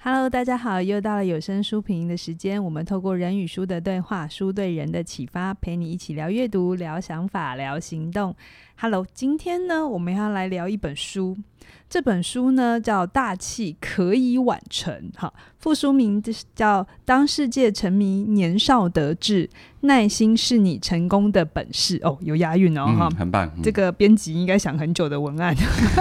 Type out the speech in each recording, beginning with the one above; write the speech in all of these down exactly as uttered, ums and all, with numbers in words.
Hello， 大家好，又到了有声书评的时间，我们透过人与书的对话，书对人的启发，陪你一起聊阅读，聊想法，聊行动。Hello， 今天呢，我们要来聊一本书。这本书呢叫《大器可以晚成》，好，副书名叫《当世界沉迷年少得志，耐心是你成功的本事》。哦，有押韵哦， 嗯、很棒、嗯。 这个编辑应该想很久的文案。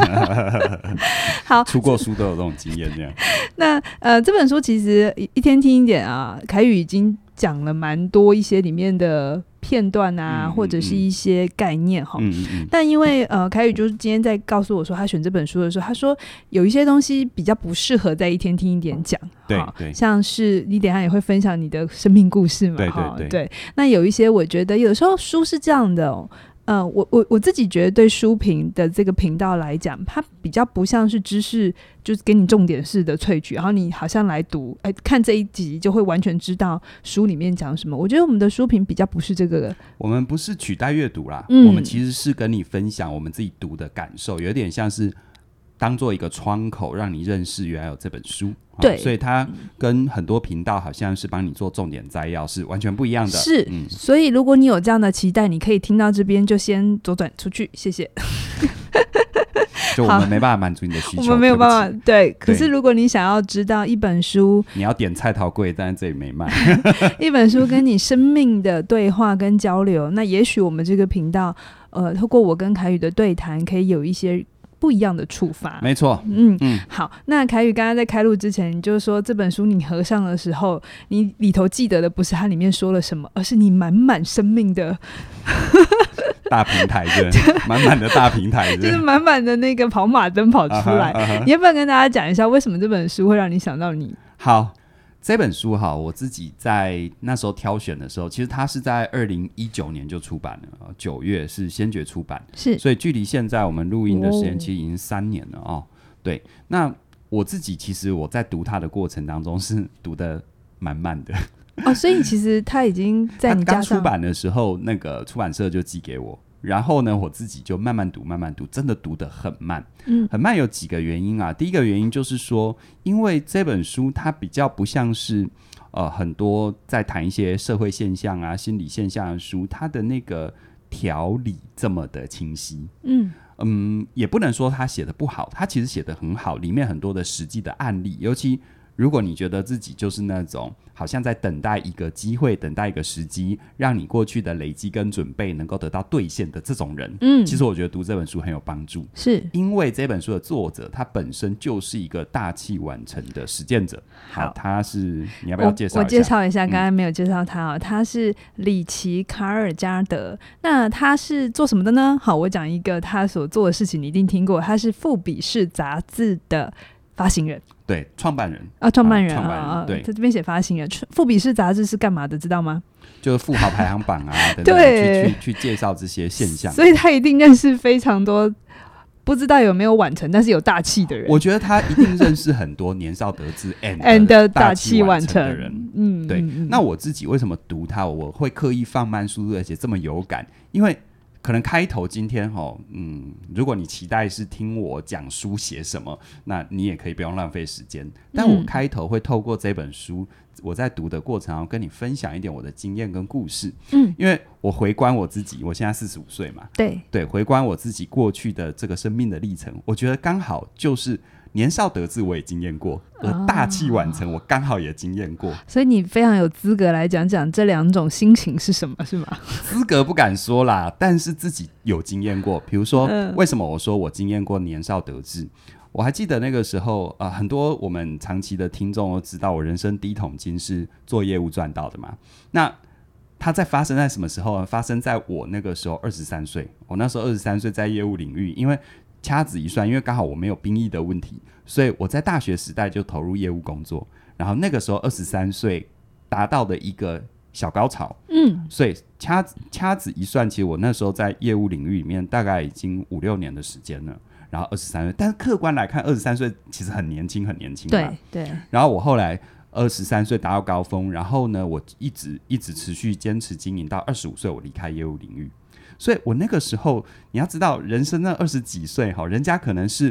好， 出过书都有这种经验这样。 那呃，这本书其实一天听一点啊，凯宇已经讲了蛮多一些里面的片段啊，嗯、或者是一些概念哈。嗯嗯、但因为呃，凯宇就是今天在告诉我说，他选这本书的时候，他说有一些东西比较不适合在一天听一点讲。 对对， 像是你等一下也会分享你的生命故事嘛。 对对 对, 对。那有一些我觉得有时候书是这样的哦。呃，我我我自己觉得对书评的这个频道来讲，它比较不像是知识，就是给你重点式的萃取，然后你好像来读，哎，看这一集就会完全知道书里面讲什么。我觉得我们的书评比较不是这个，我们不是取代阅读啦、嗯，我们其实是跟你分享我们自己读的感受，有点像是当做一个窗口，让你认识原来有这本书。 对、 哦，所以它跟很多频道好像是帮你做重点摘要，是完全不一样的。 是、嗯，所以如果你有这样的期待，你可以听到这边就先左转出去，谢谢。 就我们没办法满足你的需求， 我们没有办法。对，可是如果你想要知道一本书， 你要点菜头柜，但是这里没卖。 一本书跟你生命的对话跟交流，那也许我们这个频道，呃，透过我跟凯宇的对谈，可以有一些不一样的触发。 没错。 嗯嗯，好，那凯宇刚刚在开录之前，你就说这本书你合上的时候，你里头记得的不是它里面说了什么，而是你满满生命的大平台，满满的大平台， 就是满满的那个跑马灯跑出来。uh-huh, uh-huh. 你要不要跟大家讲一下，为什么这本书会让你想到你？ 好，这本书哈，我自己在那时候挑选的时候，其实它是在二零一九年就出版了，九月是先觉出版， 是， 所以距离现在我们录音的时间其实已经三年了哦。对，那我自己其实我在读它的过程当中是读得满满的。 哦，所以其实他已经在你家上， 他刚出版的时候，那个出版社就寄给我，然后呢，我自己就慢慢读，慢慢读，真的读得很慢，嗯，很慢有几个原因啊。第一个原因就是说，因为这本书它比较不像是呃很多在谈一些社会现象啊、心理现象的书，它的那个条理这么的清晰，嗯嗯，也不能说他写的不好，他其实写的很好，里面很多的实际的案例，尤其如果你觉得自己就是那种好像在等待一个机会，等待一个时机，让你过去的累积跟准备能够得到兑现的这种人，嗯，其实我觉得读这本书很有帮助， 是因为这本书的作者他本身就是一个大器晚成的实践者。好，他是你要不要介绍一下？ 我, 我介绍一下，刚才没有介绍他哦、嗯，他是里奇卡尔加德。那他是做什么的呢？好，我讲一个他所做的事情，你一定听过，他是富比士杂志的发行人。 对，创办人啊，创办人啊， 创办人、啊、对， 他这边写发行人。富比士杂志是干嘛的，知道吗？ 就是富豪排行榜啊，等等，去去去介绍这些现象。 所以他一定认识非常多，不知道有没有晚成，但是有大气的人。 我觉得他一定认识很多年少得志 and, and 大器晚成的人。 嗯，对。嗯、那我自己为什么读他，我会刻意放慢速度，而且这么有感？因为可能开头今天齁，嗯，如果你期待是听我讲书写什么，那你也可以不用浪费时间。但我开头会透过这本书，我在读的过程中跟你分享一点我的经验跟故事。嗯，因为我回观我自己，我现在四十五岁嘛， 对对，回观我自己过去的这个生命的历程，我觉得刚好就是年少得志我也经验过，而大器晚成我刚好也经验过、哦、 所以你非常有资格来讲讲这两种心情是什么，是吗？ 资格不敢说啦，但是自己有经验过。比如说、嗯、为什么我说我经验过年少得志，我还记得那个时候、呃、很多我们长期的听众都知道我人生第一桶金是做业务赚到的嘛。那它在发生在什么时候呢？发生在我那个时候二十三岁，我那时候二十三岁在业务领域，因为掐指一算，因为刚好我没有兵役的问题，所以我在大学时代就投入业务工作，然后那个时候二十三岁达到的一个小高潮，嗯，所以掐掐指一算，其实我那时候在业务领域里面大概已经五六年的时间了，然后二十三岁，但是客观来看二十三岁其实很年轻很年轻嘛， 对对。 然后我后来二十三岁达到高峰，然后呢我一直一直持续坚持经营到二十五岁我离开业务领域。所以我那个时候你要知道人生那二十几岁人家可能是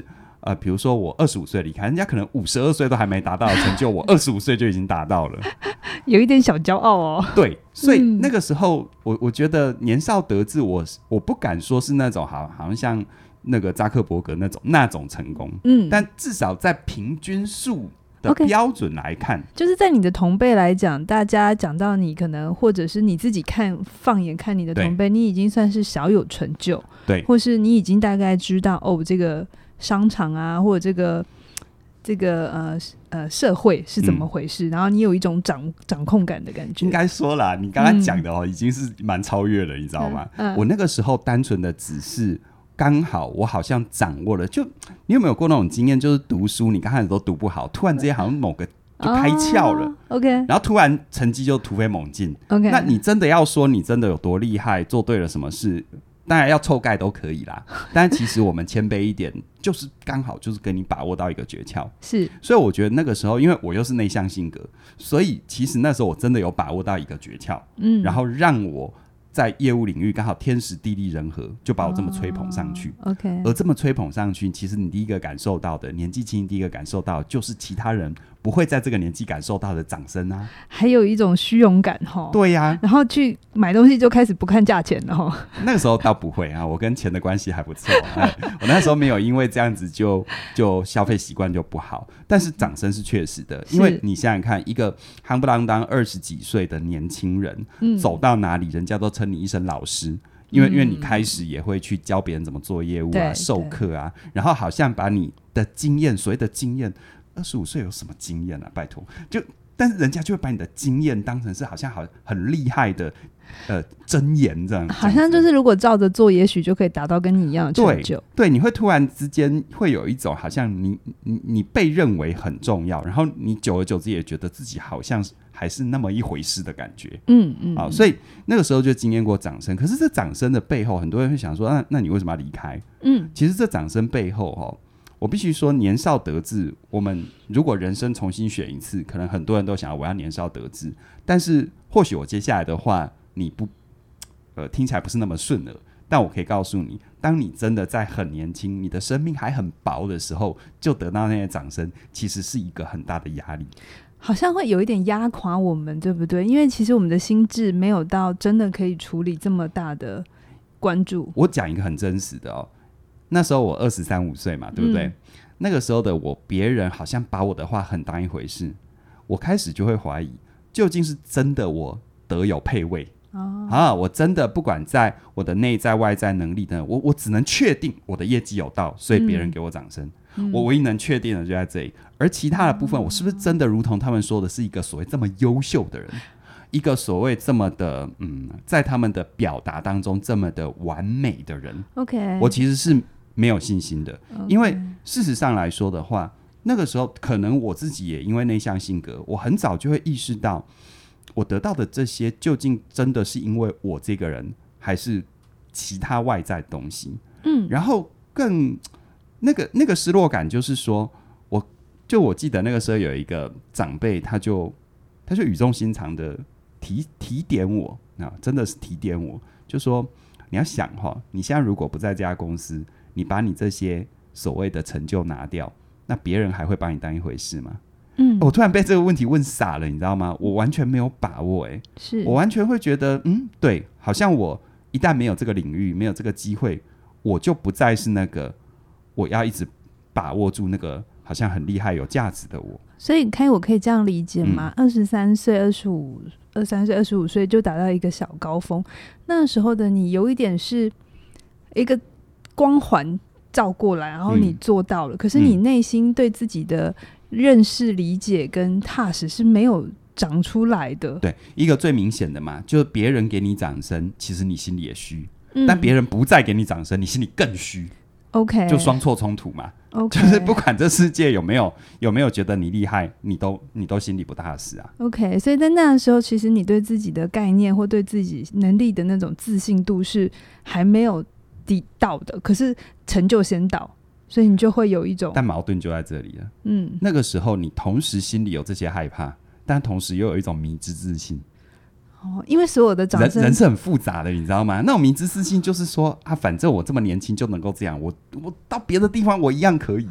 呃，比如说我二十五岁离开，人家可能五十二岁都还没达到的成就，我二十五岁就已经达到了， 有一点小骄傲哦。 对，所以那个时候我我觉得年少得志，我我不敢说是那种好好像像那个扎克伯格那种那种成功，嗯，但至少在平均数的标准来看， okay, 就是在你的同辈来讲，大家讲到你可能或者是你自己看放眼看你的同辈，你已经算是小有成就， 对， 或是你已经大概知道哦，这个商场啊，或者这个这个呃呃社会是怎么回事，嗯、然后你有一种掌掌控感的感觉。 应该说啦，你刚刚讲的哦，嗯、已经是蛮超越了，你知道吗？嗯嗯、我那个时候单纯的只是。刚好我好像掌握了，就你有没有过那种经验，就是读书你刚开始都读不好，突然之间好像某个就开窍了、哦、OK， 然后突然成绩就突飞猛进 OK， 那你真的要说你真的有多厉害，做对了什么事，当然要臭盖都可以啦，但其实我们谦卑一点，就是刚好就是跟你把握到一个诀窍，是，所以我觉得那个时候因为我又是内向性格，所以其实那时候我真的有把握到一个诀窍，嗯，然后让我在业务领域刚好天时地利人和，就把我这么吹捧上去、oh, OK， 而这么吹捧上去，其实你第一个感受到的，年纪轻第一个感受到的就是其他人不会在这个年纪感受到的掌声啊，还有一种虚荣感齁。 对呀、啊， 然后去买东西就开始不看价钱了齁。 那个时候倒不会啊，我跟钱的关系还不错、哎，我那时候没有因为这样子就就消费习惯就不好，但是掌声是确实的，因为你想想看，一个夯不啷当二十几岁的年轻人、嗯、走到哪里，人家都称你一声老师。因为因为你开始也会去教别人怎么做业务啊、授课啊，然后好像把你的经验，所谓的经验，二十五岁有什么经验啊？拜托，就但是人家就会把你的经验当成是好像好很厉害的呃箴言这样， 好像就是如果照着做，也许就可以达到跟你一样的成就。 对，对，你会突然之间会有一种好像你你你被认为很重要，然后你久而久之也觉得自己好像还是那么一回事的感觉。嗯嗯，啊，所以那个时候就经验过掌声。可是这掌声的背后，很多人会想说，那那你为什么要离开？嗯，其实这掌声背后哦。我必须说年少得志，我们如果人生重新选一次，可能很多人都想要我要年少得志，但是或许我接下来的话你不呃听起来不是那么顺耳，但我可以告诉你，当你真的在很年轻，你的生命还很薄的时候就得到那些掌声，其实是一个很大的压力， 好像会有一点压垮我们，对不对？因为其实我们的心智没有到真的可以处理这么大的关注。 我讲一个很真实的哦，那时候我二十三五岁嘛，对不对？嗯、那个时候的我，别人好像把我的话很当一回事，我开始就会怀疑，究竟是真的我德有配位、哦、啊？我真的不管在我的内在外在能力的，我我只能确定我的业绩有到，所以别人给我掌声。嗯、我唯一能确定的就在这里，而其他的部分，我是不是真的如同他们说的，是一个所谓这么优秀的人？一个所谓这么的嗯，在他们的表达当中这么的完美的人 OK， 我其实是没有信心的、okay. 因为事实上来说的话，那个时候可能我自己也因为内向性格，我很早就会意识到我得到的这些究竟真的是因为我这个人，还是其他外在的东西。嗯，然后更那个那个失落感就是说，我就我记得那个时候有一个长辈，他就他就语重心长的提提点我、啊、真的是提点我，就说你要想哈，你现在如果不在这家公司，你把你这些所谓的成就拿掉，那别人还会把你当一回事吗？嗯，我突然被这个问题问傻了，你知道吗？我完全没有把握、欸，是我完全会觉得，嗯，对，好像我一旦没有这个领域，没有这个机会，我就不再是那个我要一直把握住那个好像很厉害有价值的我。 所以可以我可以这样理解吗？二十三岁、二十五、二三岁、二十五岁就达到一个小高峰，那时候的你有一点是一个光环照过来，然后你做到了、嗯、可是你内心对自己的认识、理解跟踏实是没有长出来的。 对，一个最明显的嘛，就是别人给你掌声，其实你心里也虚、嗯、但别人不再给你掌声，你心里更虚。OK， 就双错冲突嘛。Okay， 就是不管这世界有没有有没有觉得你厉害，你都你都心里不踏实啊。 OK， 所以在那个时候，其实你对自己的概念或对自己能力的那种自信度是还没有抵到的，可是成就先到，所以你就会有一种， 但矛盾就在这里了。嗯，那个时候你同时心里有这些害怕，但同时又有一种迷之自信。 哦，因为所有的掌声人, 人是很复杂的，你知道吗？那种迷之自信就是说啊，反正我这么年轻就能够这样，我我到别的地方我一样可以。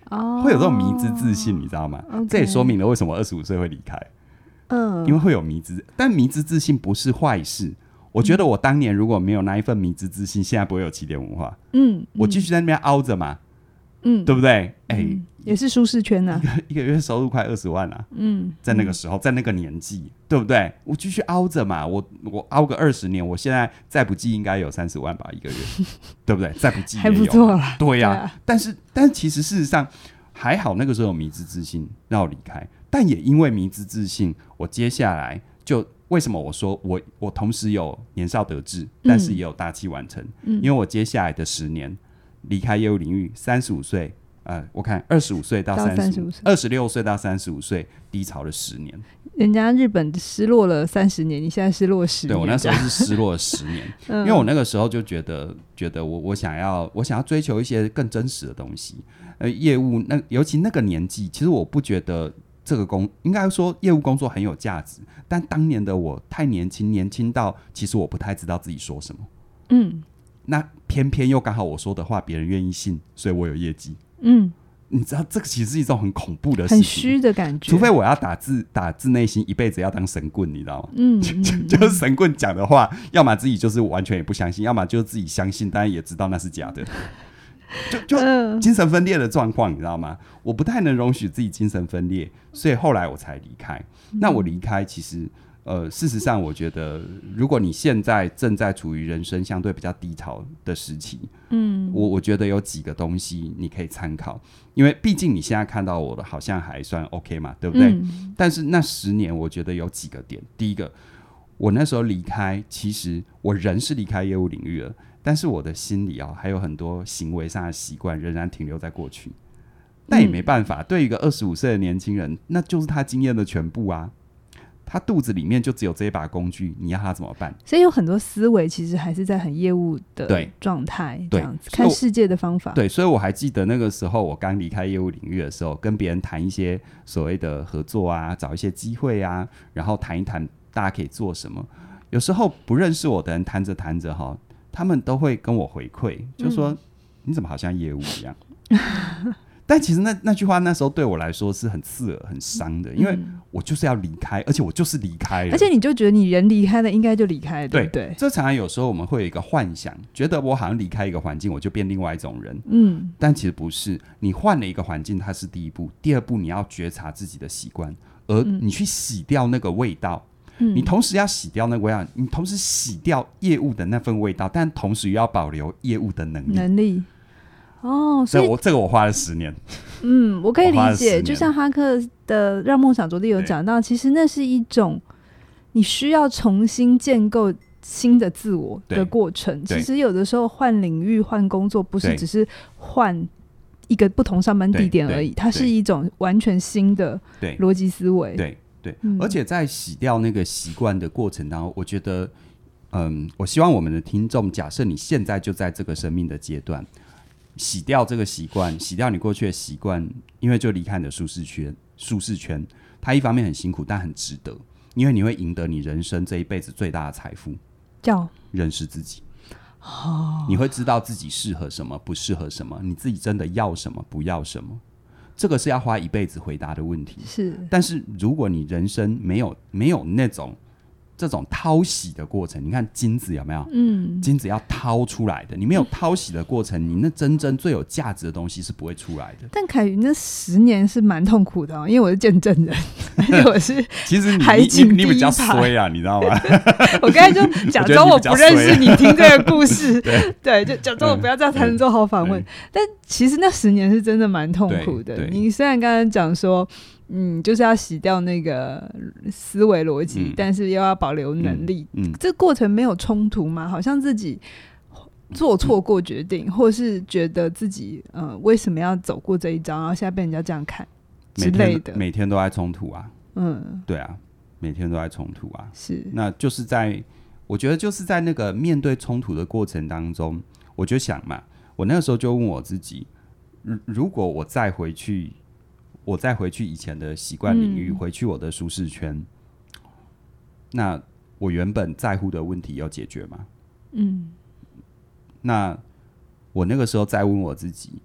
哦， 会有这种迷之自信，你知道吗？ Okay 这也说明了为什么二十五岁会离开。 嗯， 因为会有迷之，但迷之自信不是坏事。我觉得我当年如果没有那一份迷之自信，现在不会有起点文化。嗯，我继续在那边凹着嘛，嗯，对不对？哎、欸嗯， 也是舒适圈啊， 一个一个月收入快二十万啊。嗯，在那个时候，在那个年纪，对不对？我继续凹着嘛，我我凹个二十年，我现在再不济应该有三十万吧一个月，对不对？再不济也有， 还不错啦。 对呀、啊啊，但是但是其实事实上还好，那个时候有迷之自信让我离开。但也因为迷之自信，我接下来就为什么我说我我同时有年少得志，但是也有大器晚成、嗯、因为我接下来的十年离开业务领域，三十五岁呃，我看二十五岁到三十五岁，二十六岁到三十五岁低潮了十年。 人家日本失落了三十年，你现在失落十年。 对，我那时候是失落了十年、嗯、因为我那个时候就觉得觉得我我想要我想要追求一些更真实的东西。呃，业务那尤其那个年纪，其实我不觉得这个工应该说业务工作很有价值，但当年的我太年轻，年轻到其实我不太知道自己说什么。嗯，那偏偏又刚好我说的话别人愿意信，所以我有业绩。嗯，你知道这个其实是一种很恐怖的事情， 很虚的感觉。 除非我要打自打自内心一辈子要当神棍，你知道吗？嗯，就, 就是神棍讲的话，要么自己就是完全也不相信，要么就是自己相信，但也知道那是假的。就就精神分裂的状况，你知道吗？我不太能容许自己精神分裂，所以后来我才离开。嗯、那我离开，其实呃，事实上，我觉得，如果你现在正在处于人生相对比较低潮的时期，嗯，我我觉得有几个东西你可以参考，因为毕竟你现在看到我的好像还算 OK 嘛，对不对？嗯、但是那十年，我觉得有几个点。第一个，我那时候离开，其实我人是离开业务领域了。但是我的心里啊、哦，还有很多行为上的习惯仍然停留在过去，但也没办法。嗯、对于一个二十五岁的年轻人，那就是他经验的全部啊。他肚子里面就只有这一把工具，你要他怎么办？ 所以有很多思维其实还是在很业务的状态，这样子看世界的方法。 对，所以我还记得那个时候，我刚离开业务领域的时候，跟别人谈一些所谓的合作啊，找一些机会啊，然后谈一谈大家可以做什么。有时候不认识我的人谈着谈着哈。他们都会跟我回馈，就说、嗯、你怎么好像业务一样？但其实 那, 那句话那时候对我来说是很刺耳、很伤的，因为我就是要离开，而且我就是离开了， 而且你就觉得你人离开了，应该就离开了，对不对？ 这常常有时候我们会有一个幻想，觉得我好像离开一个环境，我就变另外一种人。嗯，但其实不是，你换了一个环境，它是第一步，第二步你要觉察自己的习惯，而你去洗掉那个味道。嗯、你同时要洗掉那个味道，你同时洗掉业务的那份味道，但同时又要保留业务的能力。 能力哦，所以我这个我花了十年。 嗯，我可以理解，就像哈克的《让梦想着地》有讲到，其实那是一种你需要重新建构新的自我的过程。其实有的时候换领域、换工作，不是只是换一个不同上班地点而已，它是一种完全新的逻辑思维。 对。对，而且在洗掉那个习惯的过程当中，我觉得，嗯，我希望我们的听众，假设你现在就在这个生命的阶段，洗掉这个习惯，洗掉你过去的习惯，因为就离开你的舒适圈，舒适圈，它一方面很辛苦，但很值得，因为你会赢得你人生这一辈子最大的财富， 叫认识自己。哦，你会知道自己适合什么，不适合什么，你自己真的要什么，不要什么。这个是要花一辈子回答的问题， 是。 但是如果你人生没有没有那种这种淘洗的过程，你看金子有没有？嗯，金子要掏出来的，你没有淘洗的过程，你那真正最有价值的东西是不会出来的。 但凯宇那十年是蛮痛苦的、哦，因为我是见证人，而且我是其实你你你比较衰啊，你知道吗？ 我刚才就假装我不认识你，听这个故事，对, 对，就假装我不要这样才能做好访问。但其实那十年是真的蛮痛苦的。你虽然刚刚讲说。嗯，就是要洗掉那个思维逻辑、嗯，但是又要保留能力。嗯，嗯这过程没有冲突吗？好像自己做错过决定，嗯、或是觉得自己呃为什么要走过这一招，然后现在被人家这样看之类的， 每天, 每天都在冲突啊。嗯，对啊，每天都在冲突啊。 是， 那就是在我觉得就是在那个面对冲突的过程当中，我就想嘛，我那个时候就问我自己，如果我再回去。我再回去以前的习惯领域、嗯，回去我的舒适圈，那我原本在乎的问题要解决吗？嗯，那我那个时候再问我自己，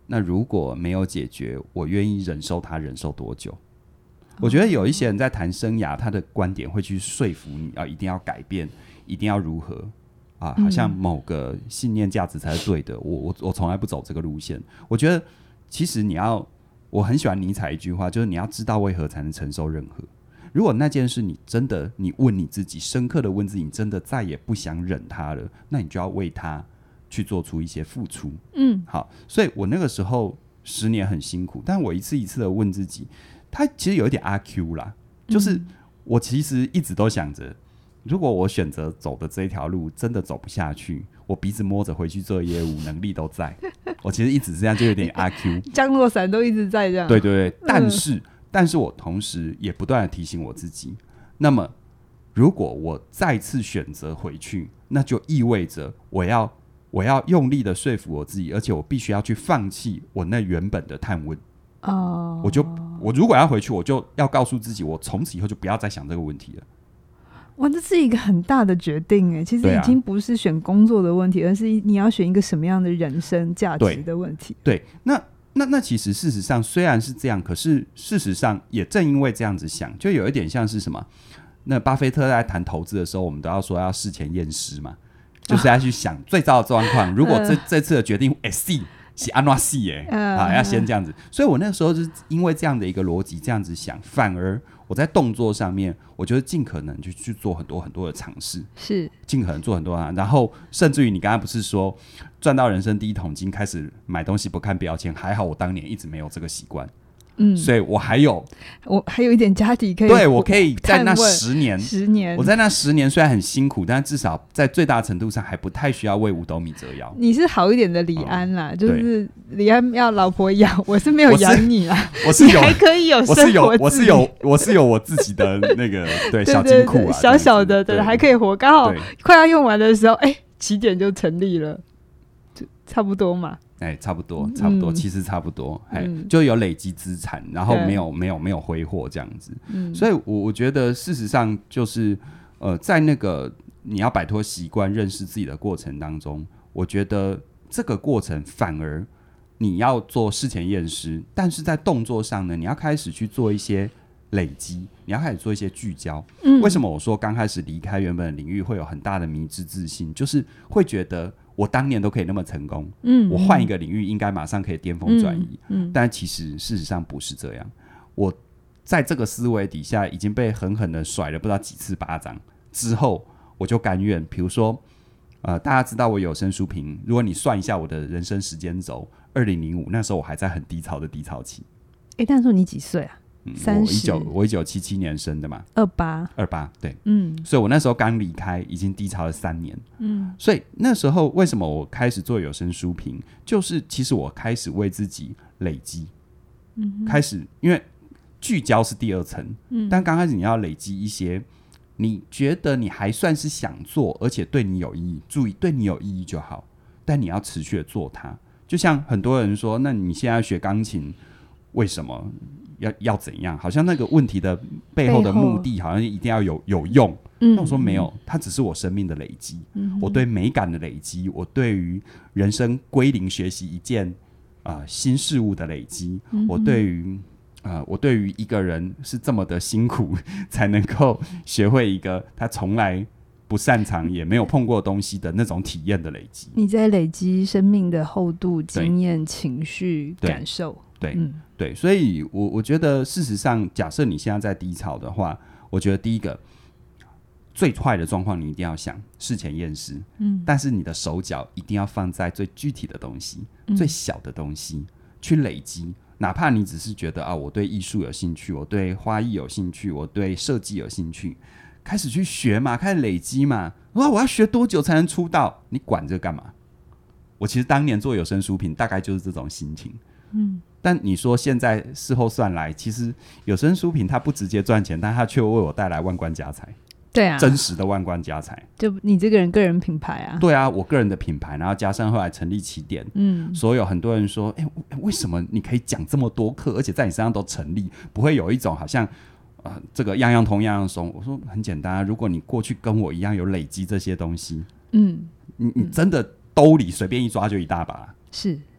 那如果没有解决，我愿意忍受它忍受多久？我觉得有一些人在谈生涯，他的观点会去说服你啊，一定要改变，一定要如何啊，好像某个信念价值才是对的。嗯、我我我从来不走这个路线。我觉得其实你要，我很喜欢尼采一句话，就是你要知道为何才能承受任何。如果那件事你真的，你问你自己，深刻的问自己，你真的再也不想忍它了，那你就要为它去做出一些付出。嗯，好，所以我那个时候十年很辛苦，但我一次一次的问自己，他其实有一点阿 Q 啦，就是我其实一直都想着，如果我选择走的这一条路真的走不下去，我鼻子摸着回去做业务，能力都在。我其实一直这样，就有点阿 Q， 降落伞都一直在这样。 对对对，但是。嗯但是我同时也不断的提醒我自己，那么如果我再次选择回去，那就意味着我要我要用力的说服我自己，而且我必须要去放弃我那原本的探问。哦，我就我如果要回去，我就要告诉自己，我从此以后就不要再想这个问题了。 哇，这是一个很大的决定哎，其实已经不是选工作的问题，啊、而是你要选一个什么样的人生价值的问题。 对，对那。那, 那其实事实上虽然是这样，可是事实上也正因为这样子想，就有一点像是什么？那巴菲特在谈投资的时候，我们都要说要事前验尸嘛，就是要去想最糟的状况。如果这这次的决定哎 C 是安怎死耶啊，要先这样子。所以我那时候就是因为这样的一个逻辑这样子想，反而我在动作上面，我觉得尽可能就去做很多很多的尝试，是尽可能做很多啊。然后甚至于你刚刚不是说赚到人生第一桶金，开始买东西不看标签，还好我当年一直没有这个习惯。嗯，所以我还有我还有一点家底可以， 对，我可以在那十年十年我在那十年虽然很辛苦，但至少在最大程度上还不太需要为五斗米折腰。 你是好一点的李安啦、嗯、就是李安要老婆养，我是没有养你啦， 我是有还可以有生活我是有我是有我自己的那个对小金库啊，对对对小小的 对, 对还可以活，刚好快要用完的时候哎、欸，起点就成立了，就差不多嘛。 哎、欸，差不多，差不多，嗯、其实差不多，哎、嗯，就有累积资产，然后没有没有没有挥霍这样子，嗯，所以我我觉得事实上就是，呃，在那个你要摆脱习惯、认识自己的过程当中，我觉得这个过程反而你要做事前验尸，但是在动作上呢，你要开始去做一些累积，你要开始做一些聚焦。嗯，为什么我说刚开始离开原本的领域会有很大的迷之自信，就是会觉得。我当年都可以那么成功，嗯，我换一个领域应该马上可以巅峰转移，嗯，嗯但其实事实上不是这样。我在这个思维底下已经被狠狠的甩了不知道几次巴掌之后，我就甘愿，比如说，呃，大家知道我有声书评，如果你算一下我的人生时间轴，二零零五那时候我还在很低潮的低潮期。 哎、欸，那时候你几岁啊？ 三十、嗯，我一九七七年生的嘛， 二八二八，对，嗯，所以我那时候刚离开，已经低潮了三年，嗯，所以那时候为什么我开始做有声书评，就是其实我开始为自己累积，嗯，开始因为聚焦是第二层，嗯，但刚开始你要累积一些你觉得你还算是想做，而且对你有意义，注意对你有意义就好，但你要持续的做它。就像很多人说，那你现在学钢琴，为什么？要要怎样？好像那个问题的背后的目的，好像一定要有有用。嗯，那我说没有，它只是我生命的累积。嗯，我对美感的累积，我对于人生归零学习一件啊、呃、新事物的累积，嗯、我对于啊、呃、我对于一个人是这么的辛苦才能够学会一个他从来不擅长也没有碰过东西的那种体验的累积。 你在累积生命的厚度、经验、情绪、感受。 对、嗯、对，所以我我觉得事实上，假设你现在在低潮的话，我觉得第一个最坏的状况你一定要想事前验尸，嗯，但是你的手脚一定要放在最具体的东西、嗯、最小的东西去累积。哪怕你只是觉得啊，我对艺术有兴趣，我对花艺有兴趣，我对设计有兴趣，开始去学嘛，开始累积嘛。哇，我要学多久才能出道？你管这干嘛？我其实当年做有声书评，大概就是这种心情。嗯，但你说现在事后算来，其实有声书评它不直接赚钱，但它却为我带来万贯家财。 对啊， 真实的万贯家财， 就你这个人个人品牌啊。 对啊，我个人的品牌，然后加上后来成立起点，嗯，所有很多人说，哎、欸，为什么你可以讲这么多课，而且在你身上都成立，不会有一种好像呃这个样样通样样松？我说很简单啊，如果你过去跟我一样有累积这些东西，嗯，你你真的兜里随便一抓就一大把。 是。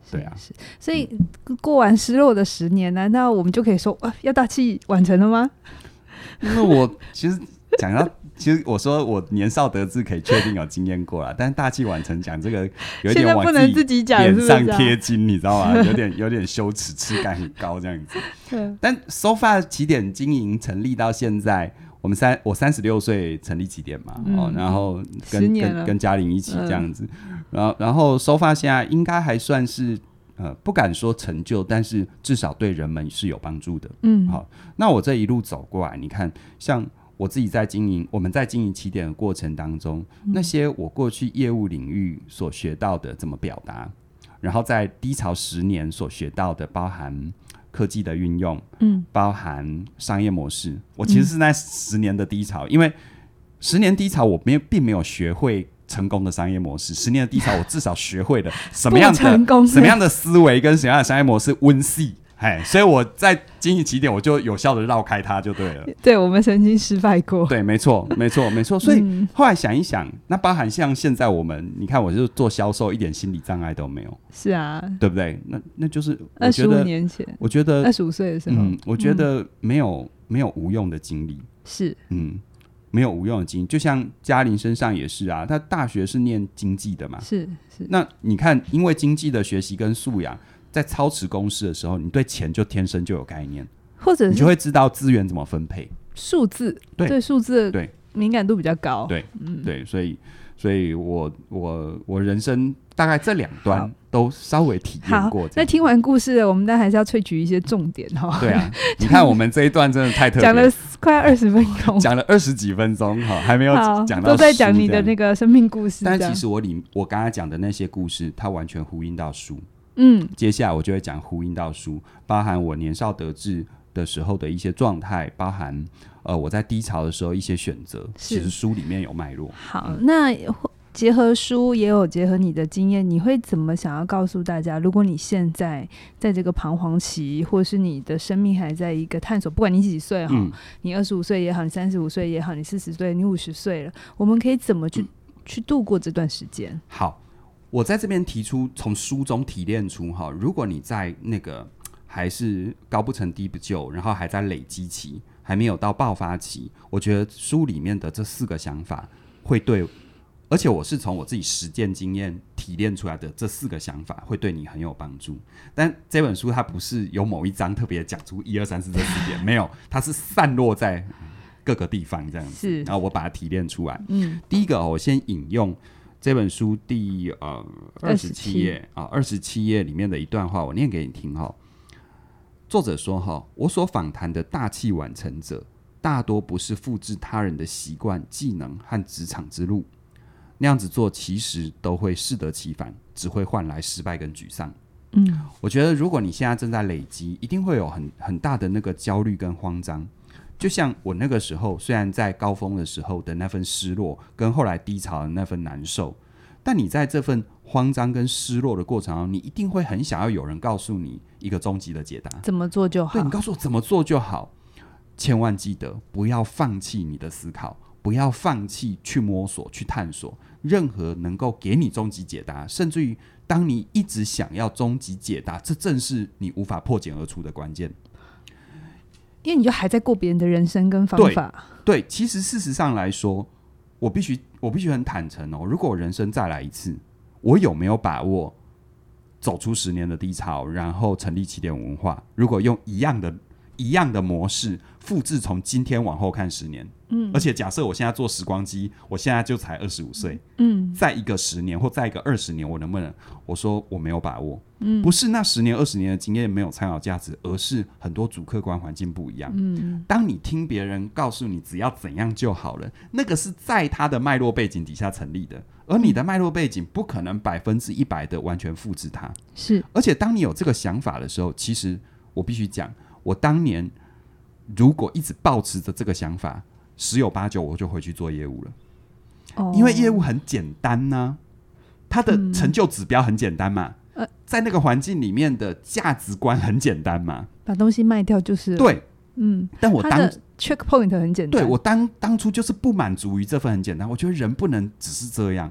对啊， 是，所以过完失落的十年，难道我们就可以说、啊、要大器晚成了吗？ 因为我其实讲到，其实我说我年少得志可以确定有经验过啦，但是大器晚成讲这个有点往自己脸上贴金，你知道吗？有点有点羞耻，耻感很高这样子。但 so far 起点经营成立到现在，我们三我三十六岁成立起点嘛，嗯哦、然后跟跟跟嘉玲一起这样子，嗯、然后然后 so far 现在应该还算是。呃，不敢说成就，但是至少对人们是有帮助的。嗯，好，那我这一路走过来，你看，像我自己在经营，我们在经营起点的过程当中，嗯、那些我过去业务领域所学到的怎么表达，然后在低潮十年所学到的，包含科技的运用，嗯，包含商业模式，我其实是在十年的低潮，嗯、因为十年低潮，我没有并没有学会。成功的商业模式，十年的低潮，我至少学会了什么样的什么样的思维跟什么样的商业模式温系，哎，所以我在经营起点，我就有效的绕开它就对了。 对，我们曾经失败过。 对，没错，没错，没错。所以后来想一想，那包含像现在我们，你看，我就做销售，一点心理障碍都没有。 是啊， 对不对？那那就是二十五年前， 我觉得二十五岁的时候， 嗯，我觉得没有、嗯、没有无用的经历， 是， 嗯。没有无用的经历，就像嘉玲身上也是啊，她大学是念经济的嘛， 是是。 那你看，因为经济的学习跟素养，在操持公式的时候，你对钱就天生就有概念， 或者是你就会知道资源怎么分配， 数字对对数字对敏感度比较高， 对，嗯、对，所以所以我我我人生大概这两端都稍微体验过。 那听完故事，我们当然还是要萃取一些重点哈。 对啊，你看我们这一段真的太特别， 讲了快二十分钟， 讲了二十几分钟哈，还没有讲到都在讲你的那个生命故事。 但其实我里我刚才讲的那些故事，它完全呼应到书。嗯，接下来我就会讲呼应到书，包含我年少得志的时候的一些状态，包含呃我在低潮的时候一些选择，其实书里面有脉络。 好，嗯、那结合书也有结合你的经验，你会怎么想要告诉大家？如果你现在在这个彷徨期，或是你的生命还在一个探索，不管你几岁哈、嗯，你二十五岁也好，你三十五岁也好，你四十岁，你五十岁了，我们可以怎么去、嗯、去度过这段时间？ 好，我在这边提出，从书中提炼出哈，如果你在那个还是高不成低不就，然后还在累积期，还没有到爆发期，我觉得书里面的这四个想法会对。而且我是从我自己实践经验提炼出来的这四个想法会对你很有帮助，但这本书它不是有某一章特别讲出一二三四这四点，没有，它是散落在各个地方这样子，然后我把它提炼出来。嗯，第一个、哦、我先引用这本书第呃二十七页啊，二十七页里面的一段话，我念给你听哈、哦。作者说哈、哦，我所访谈的大器晚成者，大多不是复制他人的习惯、技能和职场之路。那样子做其实都会适得其反，只会换来失败跟沮丧。嗯，我觉得如果你现在正在累积，一定会有很很大的那个焦虑跟慌张。就像我那个时候，虽然在高峰的时候的那份失落，跟后来低潮的那份难受，但你在这份慌张跟失落的过程中，你一定会很想要有人告诉你一个终极的解答， 怎么做就好。 对，你告诉我怎么做就好。千万记得不要放弃你的思考，不要放弃去摸索、去探索。任何能够给你终极解答，甚至于当你一直想要终极解答，这正是你无法破茧而出的关键， 因为你就还在过别人的人生跟方法。 对, 对其实事实上来说，我必须我必须很坦诚哦，如果我人生再来一次，我有没有把握走出十年的低潮，然后成立起点文化？如果用一样的一样的模式复制，从今天往后看十年，嗯，而且假设我现在做时光机，我现在就才二十五岁，嗯，再一个十年或再一个二十年，我能不能？我说我没有把握，嗯，不是那十年二十年的经验没有参考价值，而是很多主客观环境不一样，嗯，当你听别人告诉你只要怎样就好了，那个是在他的脉络背景底下成立的，而你的脉络背景不可能百分之一百的完全复制它， 是， 而且当你有这个想法的时候，其实我必须讲。我当年如果一直抱持着这个想法，十有八九我就回去做业务了，哦，因为业务很简单啊，它的成就指标很简单嘛，嗯呃、在那个环境里面的价值观很简单嘛， 把东西卖掉就是了， 对，嗯，但我当 check point 很简单， 对，我当当初就是不满足于这份很简单，我觉得人不能只是这样，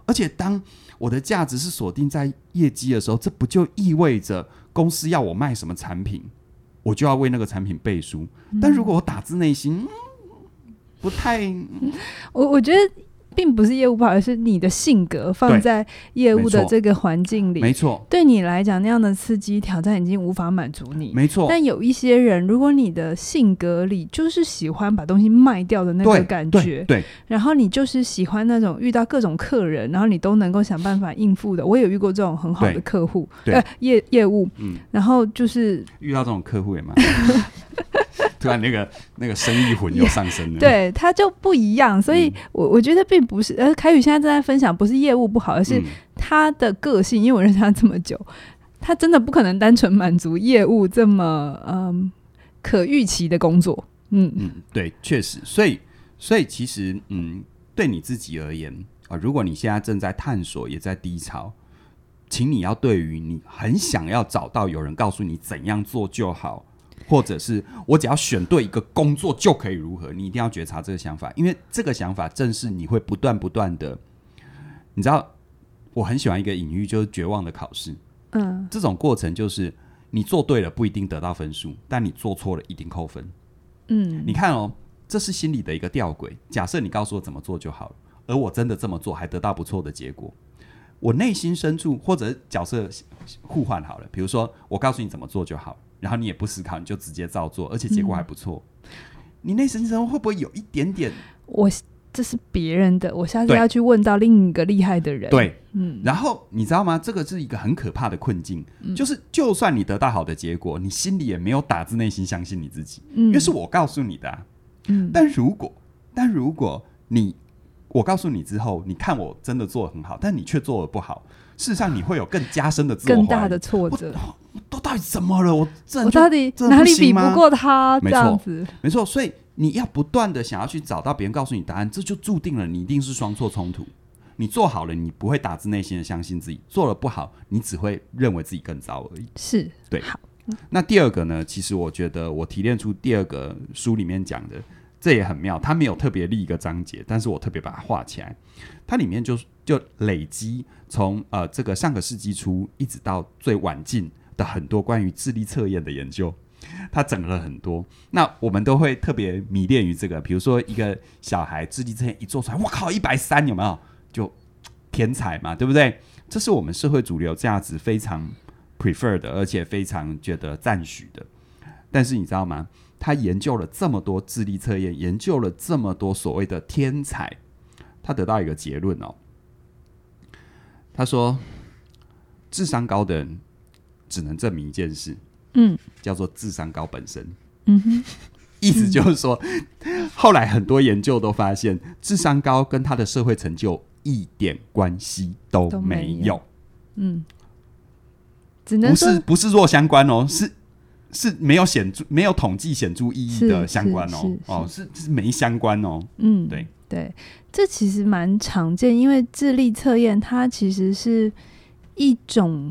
而且当我的价值是锁定在业绩的时候，这不就意味着公司要我卖什么产品，我就要为那个产品背书。嗯、但如果我打自内心、嗯、不太、嗯、 我我觉得并不是业务不好，而是你的性格放在业务的这个环境里， 没错， 对你来讲那样的刺激挑战已经无法满足你， 没错。 但有一些人，如果你的性格里就是喜欢把东西卖掉的那个感觉， 对，对对， 然后你就是喜欢那种遇到各种客人，然后你都能够想办法应付的。我有遇过这种很好的客户，呃，业业务、嗯，然后就是遇到这种客户也蛮突然那个那个生意魂又上升了， 对，他就不一样，所以我我觉得并不是，呃，凯宇现在正在分享，不是业务不好，而是他的个性，因为我认识他这么久，他真的不可能单纯满足业务这么嗯可预期的工作，嗯嗯，对，确实，所以所以其实嗯，对你自己而言啊、呃，如果你现在正在探索，也在低潮，请你要对于你很想要找到有人告诉你怎样做就好。或者是我只要选对一个工作就可以如何，你一定要觉察这个想法，因为这个想法正是你会不断不断的，你知道我很喜欢一个隐喻，就是绝望的考试。嗯，这种过程就是你做对了不一定得到分数，但你做错了一定扣分。嗯，你看哦，这是心理的一个吊诡。假设你告诉我怎么做就好了，而我真的这么做还得到不错的结果，我内心深处或者角色互换好了，比如说我告诉你怎么做就好，然后你也不思考，你就直接照做，而且结果还不错、嗯、你内心中会不会有一点点我这是别人的，我下次要去问到另一个厉害的人。 对、嗯、然后你知道吗，这个是一个很可怕的困境、嗯、就是就算你得到好的结果，你心里也没有打自内心相信你自己、嗯、因为是我告诉你的、啊嗯、但如果但如果你我告诉你之后，你看我真的做得很好，但你却做得不好，事实上你会有更加深的自我怀疑， 更大的挫折。 我都到底怎么了？我这我到底哪里比不过他？这样子， 没错。所以你要不断的想要去找到别人告诉你答案，这就注定了你一定是双错冲突。你做好了，你不会打自内心的相信自己；做了不好，你只会认为自己更糟而已。 是， 对。好，那第二个呢？其实我觉得我提炼出第二个书里面讲的。这也很妙，他没有特别立一个章节，但是我特别把它画起来。它里面就就累积从呃这个上个世纪初一直到最晚近的很多关于智力测验的研究，它整了很多。那我们都会特别迷恋于这个，比如说一个小孩智力测验一做出来，哇靠，一百三有没有？就天才嘛，对不对？这是我们社会主流价值非常 prefer 的，而且非常觉得赞许的。但是你知道吗？他研究了这么多智力测验，研究了这么多所谓的天才，他得到一个结论哦。他说，智商高的人只能证明一件事，嗯，叫做智商高本身。嗯哼，意思就是说，嗯、后来很多研究都发现，智商高跟他的社会成就一点关系都没有。没有嗯，只能说不是不是弱相关哦，是。是没有显著、没有统计显著意义的相关哦，是 是, 是, 哦是, 是没相关哦。嗯，对对，这其实蛮常见，因为智力测验它其实是一种，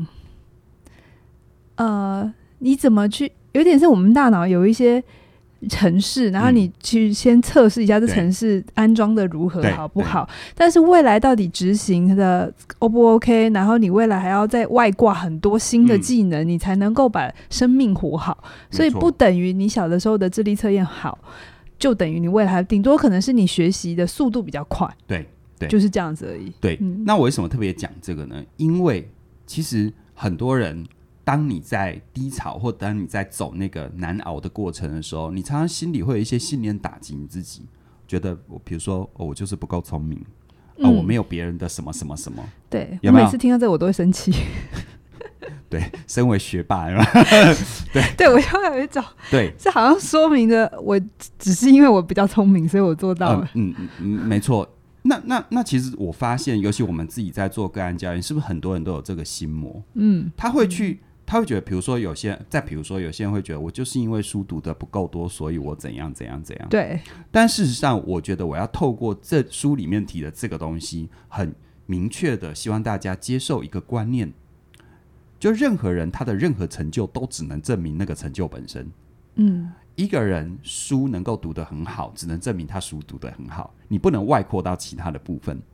呃，你怎么去，有点是我们大脑有一些程式，然后你去先测试一下这程式安装的如何好不好，但是未来到底执行的 O 不 OK， 然后你未来还要再外挂很多新的技能、嗯、你才能够把生命活好，所以不等于你小的时候的智力测验好就等于你未来顶多可能是你学习的速度比较快， 对对， 就是这样子而已。 对、嗯、那我为什么特别讲这个呢？因为其实很多人当你在低潮或当你在走那个难熬的过程的时候，你常常心里会有一些信念打击你自己，觉得我比如说、哦、我就是不够聪明、嗯哦、我没有别人的什么什么什么。对，有没有？我每次听到这我都会生气。 对，身为学霸有没有对对，我就有一种对，这好像说明了我只是因为我比较聪明所以我做到了。 嗯嗯嗯，没错。那那那其实我发现尤其我们自己在做个案教育，是不是很多人都有这个心魔？嗯，他会去他会觉得比如说有些再比如说有些人会觉得我就是因为书读的不够多所以我怎样怎样怎样。 对， 但事实上我觉得我要透过这书里面提的这个东西很明确的希望大家接受一个观念，就任何人他的任何成就都只能证明那个成就本身。嗯，一个人书能够读得很好只能证明他书读得很好，你不能外扩到其他的部分。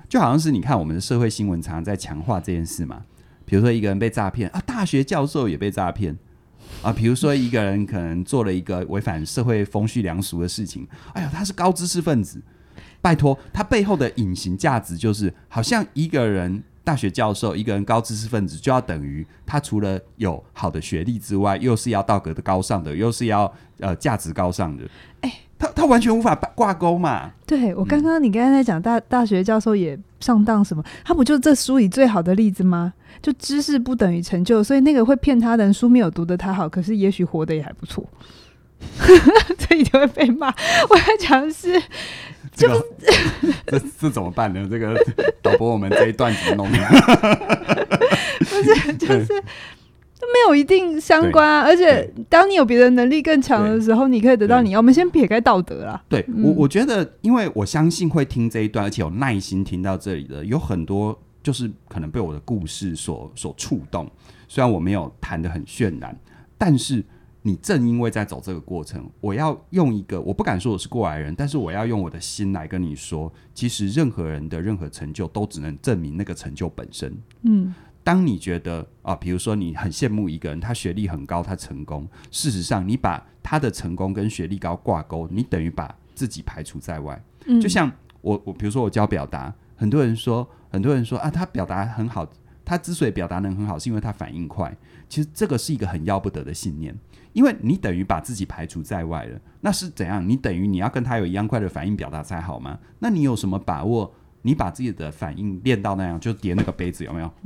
就好像是你看我们的社会新闻常常在强化这件事嘛，比如说一个人被诈骗啊，大学教授也被诈骗啊，比如说一个人可能做了一个违反社会风序良俗的事情，哎呀，他是高知识分子，拜托，他背后的隐形价值就是好像一个人大学教授，一个人高知识分子，就要等于他除了有好的学历之外，又是要道德的高尚的，又是要呃价值高尚的。哎、欸，他他完全无法挂钩嘛。 对，我刚刚你刚才在讲大大学教授也上当什么，他不就这书里最好的例子吗？就知识不等于成就，所以那个会骗他的人书没有读得他好，可是也许活得也还不错。这一定会被骂。我要讲的是， 这个这这怎么办呢？这个导播，我们这一段怎么弄？ 不是，就是没有一定相关啊。而且，当你有别的能力更强的时候，你可以得到你要。我们先撇开道德啦。 对、嗯、我，我觉得，因为我相信会听这一段，而且有耐心听到这里的，有很多就是可能被我的故事所所触动。虽然我没有谈得很渲染，但是。你正因为在走这个过程，我要用一个，我不敢说我是过来人，但是我要用我的心来跟你说，其实任何人的任何成就都只能证明那个成就本身。嗯，当你觉得啊，比如说你很羡慕一个人，他学历很高，他成功，事实上你把他的成功跟学历高挂钩，你等于把自己排除在外。嗯，就像我我比如说我教表达，很多人说很多人说啊，他表达很好，他之所以表达能很好，是因为他反应快。其实这个是一个很要不得的信念。因为你等于把自己排除在外了，那是怎样？你等于你要跟他有一样快的反应表达才好吗？那你有什么把握？你把自己的反应练到那样，就叠那个杯子，有没有？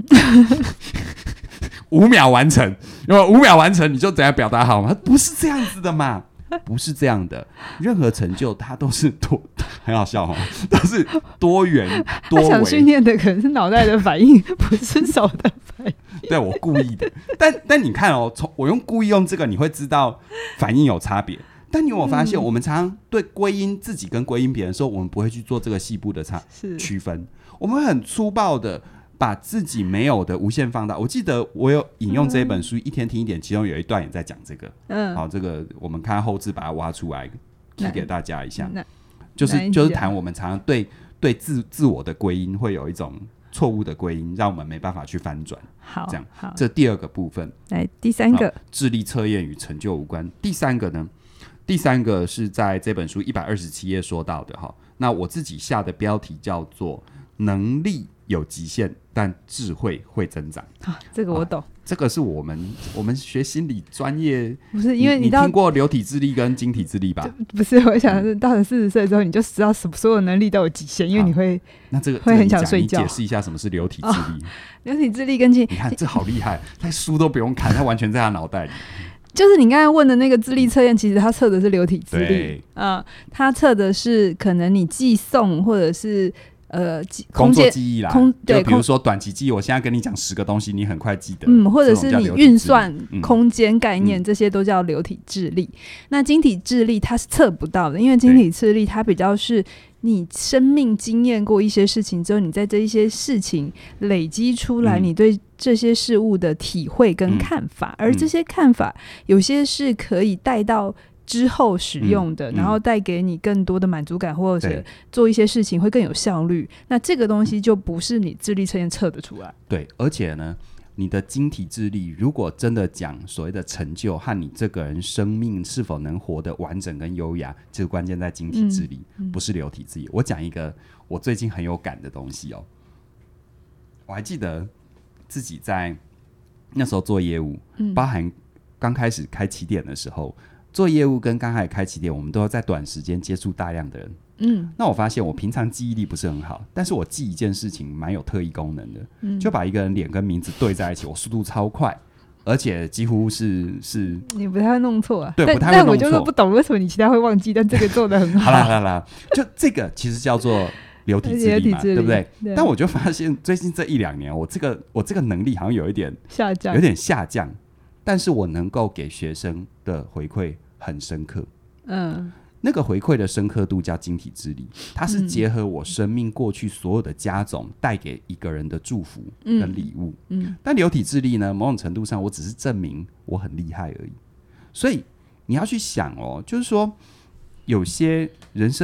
五秒完成，有没有？五秒完成你就怎样表达好吗？不是这样子的嘛，不是这样的。任何成就它都是多，很好笑哦，都是多元多维。 他想训练的可能是脑袋的反应，不是手的反应。 对，我故意的，但但你看哦，从我用故意用这个，你会知道反应有差别。但你有没有发现，嗯、我们常常对归因自己跟归因别人的时候，我们不会去做这个细部的差区分，我们很粗暴的把自己没有的无限放大。我记得我有引用这本书、嗯《一天听一点》，其中有一段也在讲这个。嗯，好，这个我们看后置把它挖出来，提给大家一下。就是就是谈我们常常对对自自我的归因会有一种。错误的归因让我们没办法去翻转。 好， 这样好，这第二个部分。 来，第三个， 智力测验与成就无关。第三个呢？第三个是在这本书一百二十七页说到的哈。那我自己下的标题叫做“能力有极限，但智慧会增长”。 啊，这个我懂。啊， 这个是我们我们学心理专业， 不是因为 你, 你听过流体智力跟晶体智力吧？ 不是，我想是到了四十岁之后，你就知道什所有能力都有极限，因为你会那这个会很想睡觉。 你解释一下什么是流体智力？哦、 流体智力跟晶， 你看这好厉害，他书都不用看，他完全在他脑袋里。 就是你刚才问的那个智力测验，其实它测的是流体智力，嗯，它测的是可能你寄送或者是。呃， 工作记忆啦，空对，比如说短期记忆，我现在跟你讲十个东西，你很快记得， 嗯，或者是你运算空间概念、嗯，这些都叫流体智力。嗯、那晶体智力它是测不到的，因为晶体智力它比较是你生命经验过一些事情之后，你在这一些事情累积出来，你对这些事物的体会跟看法，嗯、而这些看法有些是可以带到。之后使用的、嗯嗯、然后带给你更多的满足感，或者做一些事情会更有效率，那这个东西就不是你智力测验测得出来。 对，而且呢你的晶体智力如果真的讲所谓的成就和你这个人生命是否能活得完整跟优雅，这个关键在晶体智力、嗯嗯、不是流体智力。我讲一个我最近很有感的东西哦，我还记得自己在那时候做业务、嗯、包含刚开始开起点的时候，做业务跟刚开始开起点，我们都要在短时间接触大量的人。嗯，那我发现我平常记忆力不是很好，但是我记一件事情蛮有特异功能的、嗯、就把一个人脸跟名字对在一起，我速度超快，而且几乎是是你不太会弄错啊。 对，不太会弄错。 但我就是不懂为什么你其他会忘记，但这个做得很好。 好啦好啦好啦，就这个其实叫做流体智力嘛，对不对？对。但我就发现最近这一两年，我这个我这个能力好像有一点下降， 有点下降。但是我能够给学生的回馈很深刻，嗯，那个回馈的深刻度叫晶体智力，它是结合我生命过去所有的加总带给一个人的祝福跟礼物，嗯，嗯但流体智力呢，某种程度上我只是证明我很厉害而已。所以你要去想哦，就是说有些人生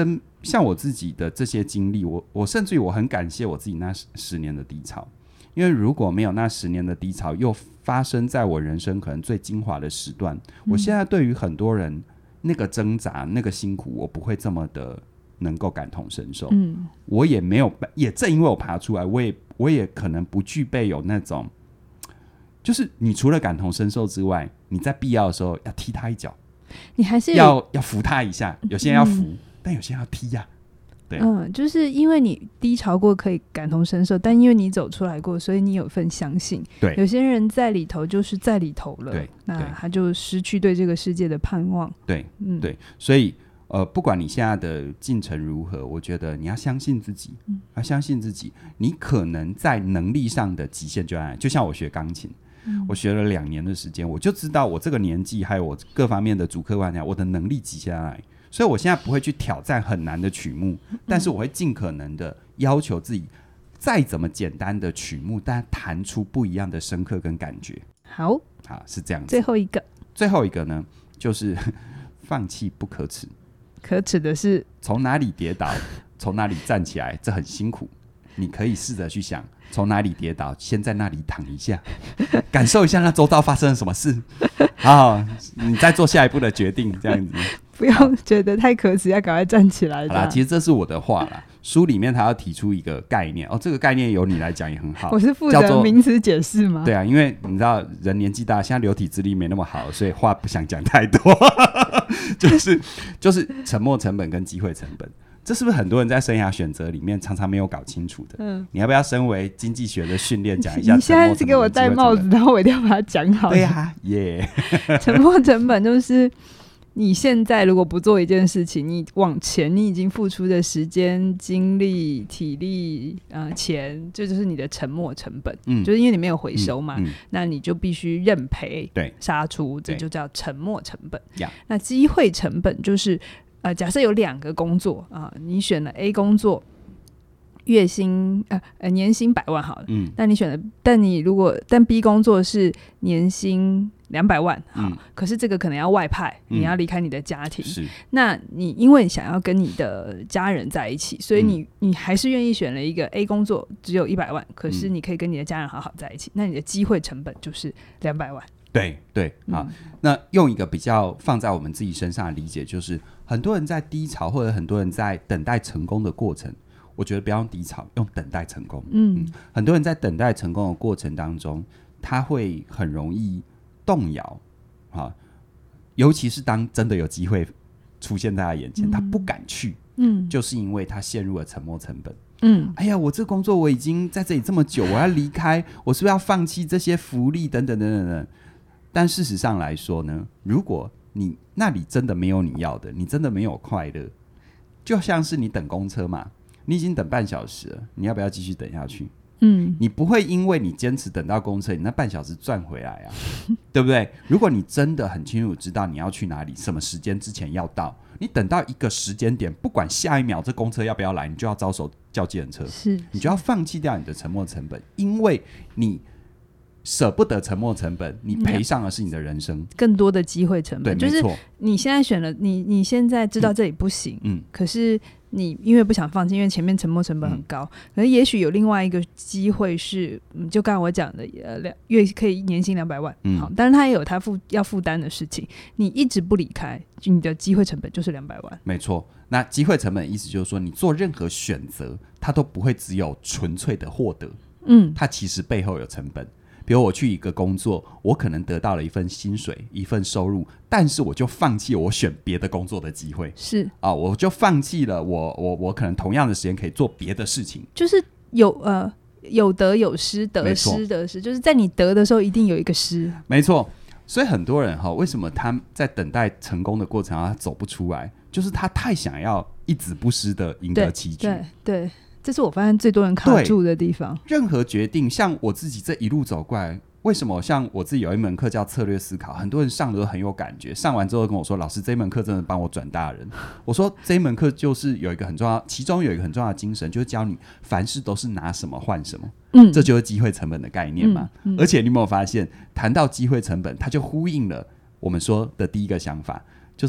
像我自己的这些经历，我我甚至于我很感谢我自己那十年的低潮，因为如果没有那十年的低潮又发生在我人生可能最精华的时段、嗯、我现在对于很多人那个挣扎那个辛苦我不会这么的能够感同身受、嗯、我也没有，也正因为我爬出来，我也我也可能不具备有那种，就是你除了感同身受之外，你在必要的时候要踢他一脚， 你还是要要扶他一下，有些人要扶、嗯、但有些人要踢呀、啊。对， 嗯，就是因为你低潮过可以感同身受，但因为你走出来过，所以你有份相信。 对， 有些人在里头就是在里头了， 对， 那他就失去对这个世界的盼望。 对，嗯，对，所以呃，不管你现在的进程如何，我觉得你要相信自己，嗯、要相信自己，你可能在能力上的极限就在那里。就像我学钢琴。嗯、我学了两年的时间，我就知道我这个年纪还有我各方面的主客观，我的能力极限在哪里。所以我现在不会去挑战很难的曲目，但是我会尽可能的要求自己，再怎么简单的曲目，但弹出不一样的深刻跟感觉。 好， 好，是这样子。 最后一个， 最后一个呢，就是放弃不可耻。 可耻的是从哪里跌倒，从哪里站起来，这很辛苦。你可以试着去想，从哪里跌倒，先在那里躺一下，感受一下那周遭发生了什么事，好，你再做下一步的决定，这样子。 不要觉得太可耻，要赶快站起来。 好啦，其实这是我的话啦。书里面他要提出一个概念，哦，这个概念由你来讲也很好。 我是负责名词解释吗？ 对啊，因为你知道人年纪大，现在流体智力没那么好，所以话不想讲太多。就是就是沉没成本跟机会成本。这是不是很多人在生涯选择里面常常没有搞清楚的？嗯，你要不要身为经济学的训练讲一下？ 你现在是给我戴帽子，然后我一定要把它讲好。 对啊，耶、yeah ！ 沉没成本就是你现在如果不做一件事情，你往前你已经付出的时间、精力、体力、呃、钱，这就是你的沉没成本。嗯，就是因为你没有回收嘛，嗯嗯、那你就必须认赔、杀出，这就叫沉没成本。那机会成本就是。呃，假设有两个工作啊、呃，你选了 A 工作，月薪呃呃年薪百万好了，嗯，但你选了，但你如果但 B 工作是年薪两百万，好、嗯，可是这个可能要外派，嗯、你要离开你的家庭，是，那你因为想要跟你的家人在一起，所以你、嗯、你还是愿意选了一个 A 工作，只有一百万，可是你可以跟你的家人好好在一起，嗯、那你的机会成本就是两百万。 对对啊、嗯，那用一个比较放在我们自己身上的理解，就是很多人在低潮，或者很多人在等待成功的过程，我觉得不要用低潮，用等待成功。嗯，嗯很多人在等待成功的过程当中，他会很容易动摇啊，尤其是当真的有机会出现在他眼前，嗯、他不敢去，嗯，就是因为他陷入了沉没成本。嗯，哎呀，我这工作我已经在这里这么久，我要离开，我是不是要放弃这些福利等等等等等？但事实上来说呢，如果你那里真的没有你要的，你真的没有快乐，就像是你等公车嘛，你已经等半小时了，你要不要继续等下去？嗯，你不会因为你坚持等到公车，你那半小时赚回来啊，对不对？如果你真的很清楚知道你要去哪里，什么时间之前要到，你等到一个时间点，不管下一秒这公车要不要来，你就要招手叫计程车，是，你就要放弃掉你的沉没成本，因为你舍不得沉没成本，你赔上的是你的人生， 更多的机会成本。 对， 就是你现在选了，你你现在知道这里不行，嗯，可是你因为不想放弃，因为前面沉没成本很高，嗯、可是也许有另外一个机会是，嗯、就刚才我讲的，呃，月可以年薪两百万，嗯，好，但是他也有他负要负担的事情，你一直不离开，你的机会成本就是两百万， 没错。那机会成本的意思就是说，你做任何选择，它都不会只有纯粹的获得，嗯，它其实背后有成本。比如我去一个工作，我可能得到了一份薪水，一份收入，但是我就放弃我选别的工作的机会，是啊，我就放弃了我我我可能同样的时间可以做别的事情， 就是有呃有得有失，得失得失，就是在你得的时候一定有一个失， 没错。所以很多人哈，为什么他在等待成功的过程中他走不出来，就是他太想要一子不失的赢得棋局， 对 对, 对。这是我发现最多人卡住的地方。 任何决定，像我自己这一路走过来，为什么像我自己有一门课叫策略思考，很多人上的都很有感觉，上完之后跟我说，老师这门课真的帮我转大人。我说这门课就是有一个很重要，其中有一个很重要的精神，就是教你凡事都是拿什么换什么，嗯，这就是机会成本的概念嘛。嗯嗯、而且你有没有发现，谈到机会成本，它就呼应了我们说的第一个想法，就是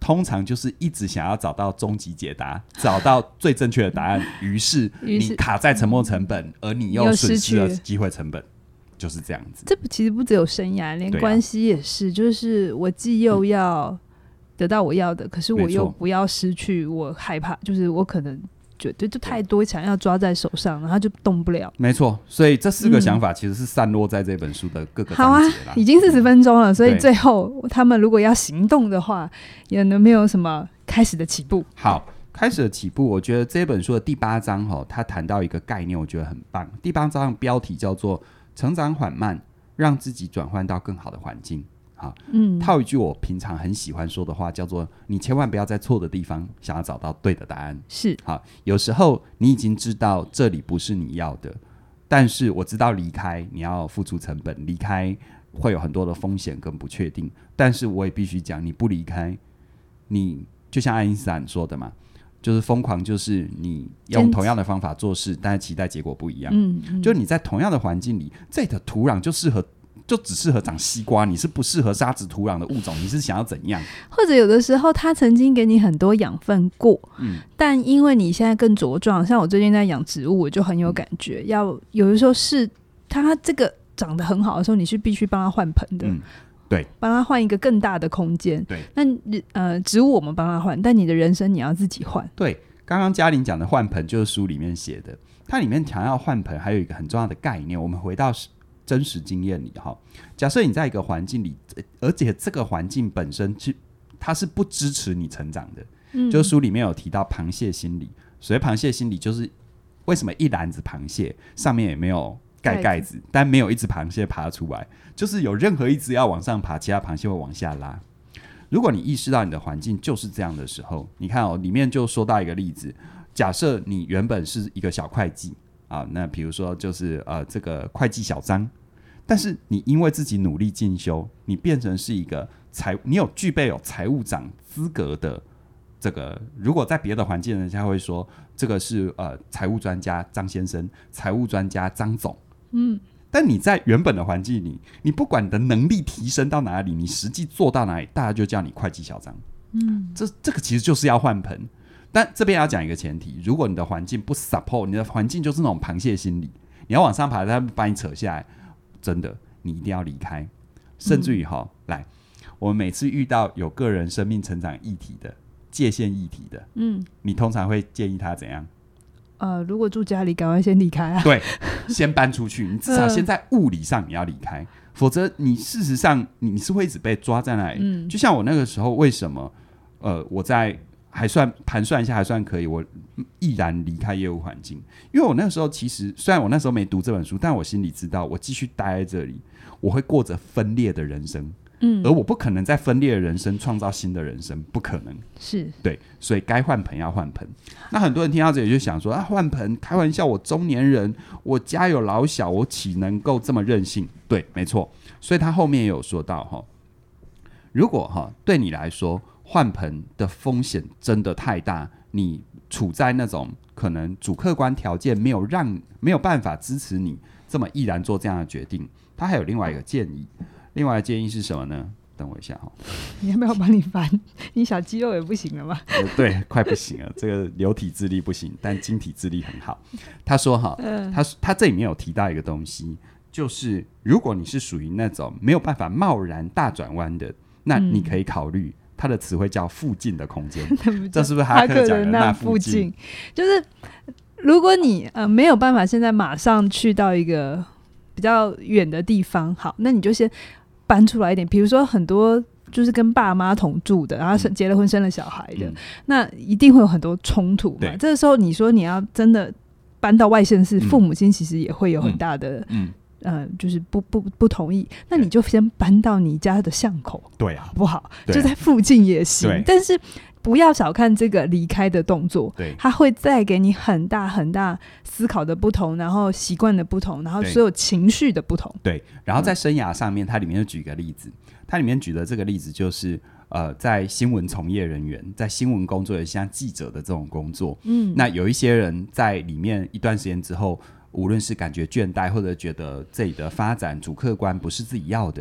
通常就是一直想要找到终极解答，找到最正确的答案，于是你卡在沉没成本，而你又损失了机会成本，就是这样子。 这其实不只有生涯，连关系也是、啊、就是我既又要得到我要的、嗯、可是我又不要失去我害怕，就是我可能觉得就太多想要抓在手上，然后就动不了。没错，所以这四个想法其实是散落在这本书的各个章节啦。 好啊，已经四十分钟了，所以最后他们如果要行动的话，有没有什么开始的起步？ 好，开始的起步，我觉得这本书的第八章、哦、他谈到一个概念，我觉得很棒。第八章的标题叫做成长缓慢，让自己转换到更好的环境。好，嗯，套一句我平常很喜欢说的话，叫做你千万不要在错的地方想要找到对的答案。 是， 好，有时候你已经知道这里不是你要的，但是我知道离开你要付出成本，离开会有很多的风险跟不确定，但是我也必须讲，你不离开，你就像爱因斯坦说的嘛，就是疯狂就是你用同样的方法做事，但是期待结果不一样。嗯嗯，就你在同样的环境里，这里的土壤就适合就只适合长西瓜，你是不适合沙质土壤的物种，你是想要怎样？ 或者有的时候它曾经给你很多养分过、嗯、但因为你现在更茁壮，像我最近在养植物，我就很有感觉、嗯、要有的时候是它这个长得很好的时候，你是必须帮它换盆的、嗯、 对， 帮它换一个更大的空间。对，那呃，植物我们帮它换，但你的人生你要自己换。 对，刚刚嘉玲讲的换盆就是书里面写的，它里面想要换盆还有一个很重要的概念，我们回到真实经验里，假设你在一个环境里，而且这个环境本身它是不支持你成长的、嗯、就书里面有提到螃蟹心理，所谓螃蟹心理就是为什么一篮子螃蟹上面也没有盖盖子，但没有一只螃蟹爬出来，就是有任何一只要往上爬，其他螃蟹会往下拉。如果你意识到你的环境就是这样的时候，你看哦，里面就说到一个例子，假设你原本是一个小会计啊，那比如说就是呃这个会计小张，但是你因为自己努力进修，你变成是一个财，你有具备有财务长资格的这个，如果在别的环境，人家会说这个是呃财务专家张先生，财务专家张总，嗯，但你在原本的环境里，你不管你的能力提升到哪里，你实际做到哪里，大家就叫你会计小张，嗯，这这个其实就是要换盆。但这边要讲一个前提，如果你的环境不 support， 你的环境就是那种螃蟹心理，你要往上爬，他把你扯下来，真的你一定要离开。甚至于哈、嗯，来，我们每次遇到有个人生命成长议题的界限议题的，嗯，你通常会建议他怎样？ 呃，如果住家里，赶快先离开啊！ 对，先搬出去，你至少先在物理上你要离开，嗯、否则你事实上你是会一直被抓在那里。嗯，就像我那个时候，为什么呃我在还算盘算一下还算可以，我毅然离开业务环境，因为我那个时候其实虽然我那时候没读这本书，但我心里知道，我继续待在这里，我会过着分裂的人生。嗯，而我不可能在分裂的人生创造新的人生，不可能。是，对，所以该换盆要换盆。那很多人听到这里就想说啊，换盆开玩笑，我中年人，我家有老小，我岂能够这么任性？对，没错。所以他后面也有说到哈，如果哈对你来说换盆的风险真的太大，你处在那种可能主客观条件没有让没有办法支持你这么毅然做这样的决定，他还有另外一个建议。另外的建议是什么呢？等我一下哈， 你要不要帮你翻？你小肌肉也不行了吗？ 呃、对，快不行了。这个流体智力不行，但晶体智力很好。他说哈，嗯、他他这里面有提到一个东西，就是如果你是属于那种没有办法贸然大转弯的，那你可以考虑他的词汇叫附近的空间。嗯、这是不是哈克讲的那附近？ 就是如果你呃没有办法现在马上去到一个比较远的地方，好，那你就先搬出来一点，比如说很多就是跟爸妈同住的，然后结了婚生了小孩的、嗯、那一定会有很多冲突嘛。这个时候你说你要真的搬到外县市、嗯、父母亲其实也会有很大的、嗯呃、就是不不不同意，那你就先搬到你家的巷口，对啊，好不好？就在附近也行，但是不要小看这个离开的动作，对，它会带给你很大很大思考的不同，然后习惯的不同，然后所有情绪的不同。 对，然后在生涯上面，它里面就举一个例子，它里面举的这个例子就是呃，在新闻从业人员，在新闻工作的像记者的这种工作，嗯，那有一些人在里面一段时间之后，无论是感觉倦怠，或者觉得这里的发展主客观不是自己要的，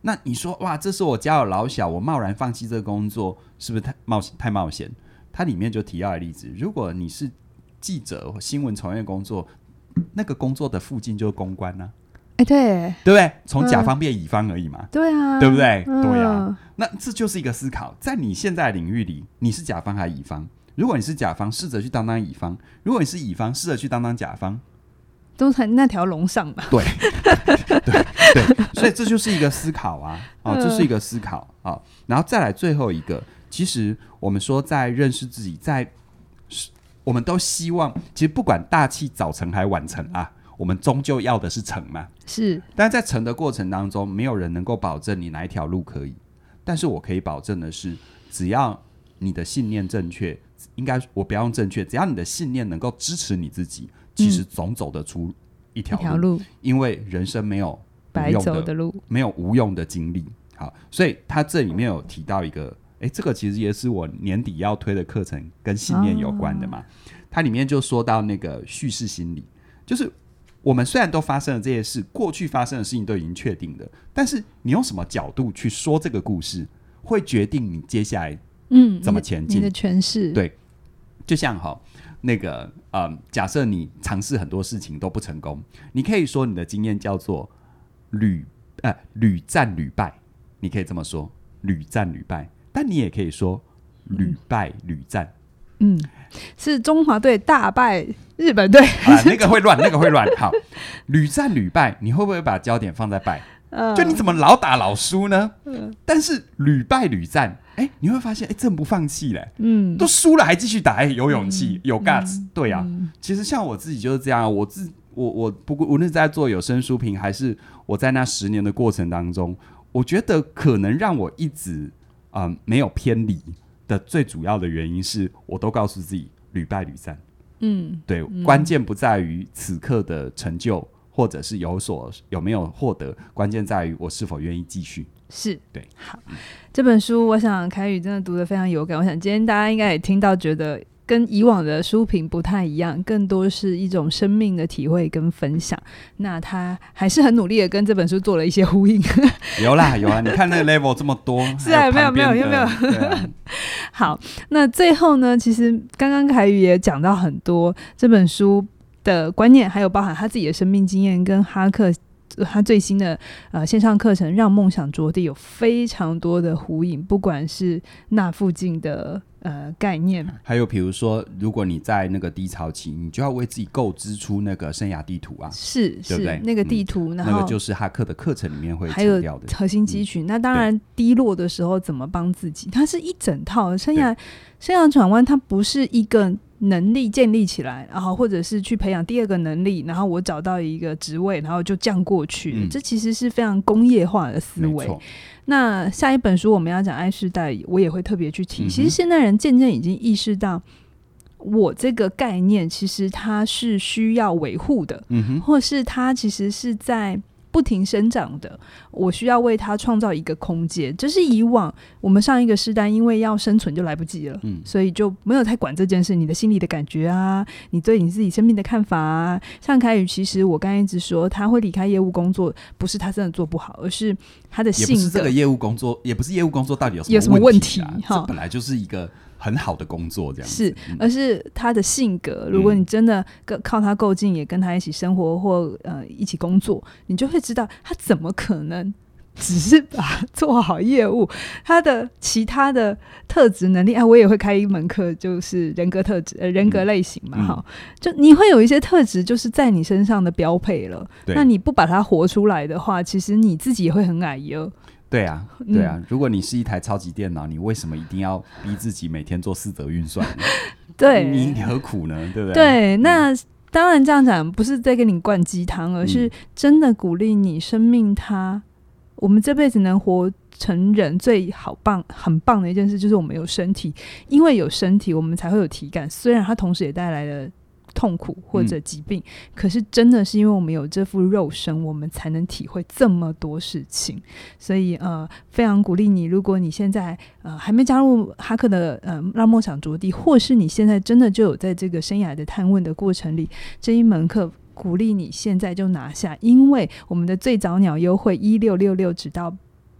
那你说哇，这是我家有老小，我贸然放弃这个工作，是不是太冒险？太冒险？它里面就提到的例子，如果你是记者或新闻从业工作，那个工作的附近就是公关啊。 哎、欸，对， 对不对？从甲方变乙方而已嘛。 嗯、对啊， 对不对？ 嗯、 对啊。那这就是一个思考，在你现在的领域里，你是甲方还是乙方？如果你是甲方，试着去当当乙方；如果你是乙方，试着去当当甲方。 都在那条龙上吧。 对对对，所以这就是一个思考啊，哦，这是一个思考啊、哦。然后再来最后一个，其实我们说在认识自己，在我们都希望，其实不管大器早成还晚成啊，我们终究要的是成嘛。 是， 但在成的过程当中，没有人能够保证你哪一条路可以。但是我可以保证的是，只要你的信念正确，应该我不要用正确，只要你的信念能够支持你自己，其实总走得出一条 路,、嗯、一条路，因为人生没有白走的路， 没有无用的经历。好，所以他这里面有提到一个，哎，这个其实也是我年底要推的课程，跟信念有关的嘛。哦、它里面就说到那个叙事心理，就是我们虽然都发生了这些事，过去发生的事情都已经确定了，但是你用什么角度去说这个故事，会决定你接下来嗯怎么前进。 你的诠释， 对，就像哈那个嗯，假设你尝试很多事情都不成功，你可以说你的经验叫做屡呃屡战屡败，你可以这么说，屡战屡败，但你也可以说屡败屡战。 嗯，是中华队大败日本队啊，那个会乱，那个会乱。好，屡战屡败，你会不会把焦点放在败？呃、就你怎么老打老输呢？呃、但是屡败屡战，哎，你会发现，哎，真不放弃嘞。嗯，都输了还继续打，哎，有勇气，嗯、有 guts、嗯。对啊、嗯，其实像我自己就是这样，我自我我不过无论在做有声书评，还是我在那十年的过程当中，我觉得可能让我一直啊、呃、没有偏离的最主要的原因是，我都告诉自己屡败屡战。嗯，对，嗯、关键不在于此刻的成就，或者是有所有没有获得，关键在于我是否愿意继续。 是， 对， 好，嗯、这本书我想凯宇真的读得非常有感，我想今天大家应该也听到，觉得跟以往的书评不太一样，更多是一种生命的体会跟分享。那他还是很努力的跟这本书做了一些呼应。 有啦有啦，你看那个 level 这么多， 是啊，没有没有有没有。啊、好，那最后呢，其实刚刚凯宇也讲到很多这本书的观念，还有包含他自己的生命经验，跟哈克他最新的呃线上课程《让梦想着地》有非常多的呼应，不管是那附近的呃概念， 还有比如说，如果你在那个低潮期，你就要为自己构织出那个生涯地图啊， 是， 对不对？ 是那个地图， 嗯、 然后那个就是哈克的课程里面会强调的核心肌群。嗯、那当然，低落的时候怎么帮自己？它是一整套生涯生涯转弯，它不是一个能力建立起来，然后或者是去培养第二个能力，然后我找到一个职位，然后就降过去、嗯、这其实是非常工业化的思维。那下一本书我们要讲 I 世代，我也会特别去提、嗯、其实现代人渐渐已经意识到，我这个概念其实它是需要维护的、嗯、或是它其实是在不停生长的，我需要为它创造一个空间。这是以往我们上一个世代因为要生存就来不及了、嗯、所以就没有太管这件事，你的心里的感觉啊，你对你自己生命的看法啊。像凯宇，其实我刚才一直说他会离开业务工作，不是他真的做不好，而是他的性格， 也不是这个业务工作，也不是业务工作到底有什么、啊、 有什么问题、啊、 这本来就是一个很好的工作，这样子是、嗯，而是他的性格。如果你真的靠他够近，也跟他一起生活或呃一起工作，你就会知道他怎么可能只是把做好业务，他的其他的特质能力啊，我也会开一门课，就是人格特质、呃、人格类型嘛，哈、嗯，就你会有一些特质，就是在你身上的标配了。那你不把它活出来的话，其实你自己也会很矮油。 对啊，对啊、嗯，如果你是一台超级电脑，你为什么一定要逼自己每天做四则运算呢？ 对， 你何苦呢？对不对？ 对，那当然这样讲不是在跟你灌鸡汤，而是真的鼓励你生命它。我们这辈子能活成人最好棒很棒的一件事就是我们有身体，因为有身体我们才会有体感，虽然它同时也带来了痛苦或者疾病、嗯、可是真的是因为我们有这副肉身，我们才能体会这么多事情。所以呃，非常鼓励你，如果你现在呃还没加入哈克的呃让梦想着地，或是你现在真的就有在这个生涯的探问的过程里，这一门课鼓励你现在就拿下，因为我们的最早鸟优惠一六六六直到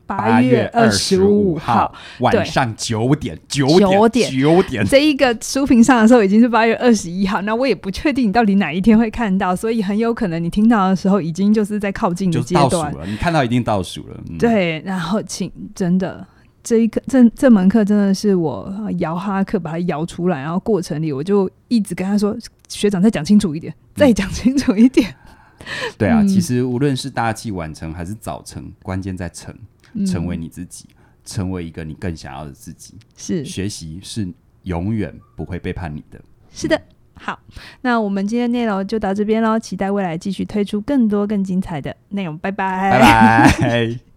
八月二十五号晚上九点，九点，九点。 这一个书评上的时候已经是八月二十一号，那我也不确定你到底哪一天会看到，所以很有可能你听到的时候已经就是在靠近的阶段， 就倒数了，你看到一定倒数了。嗯、 对，然后请真的。这一课这这门课真的是我摇哈课把它摇出来，然后过程里我就一直跟他说：“学长再讲清楚一点，再讲清楚一点。嗯” 对啊、嗯，其实无论是大器晚成还是早成，关键在成，成为你自己，嗯、成为一个你更想要的自己。 是学习是永远不会背叛你的。 是的，好，那我们今天内容就到这边咯，期待未来继续推出更多更精彩的内容，拜拜， 拜拜。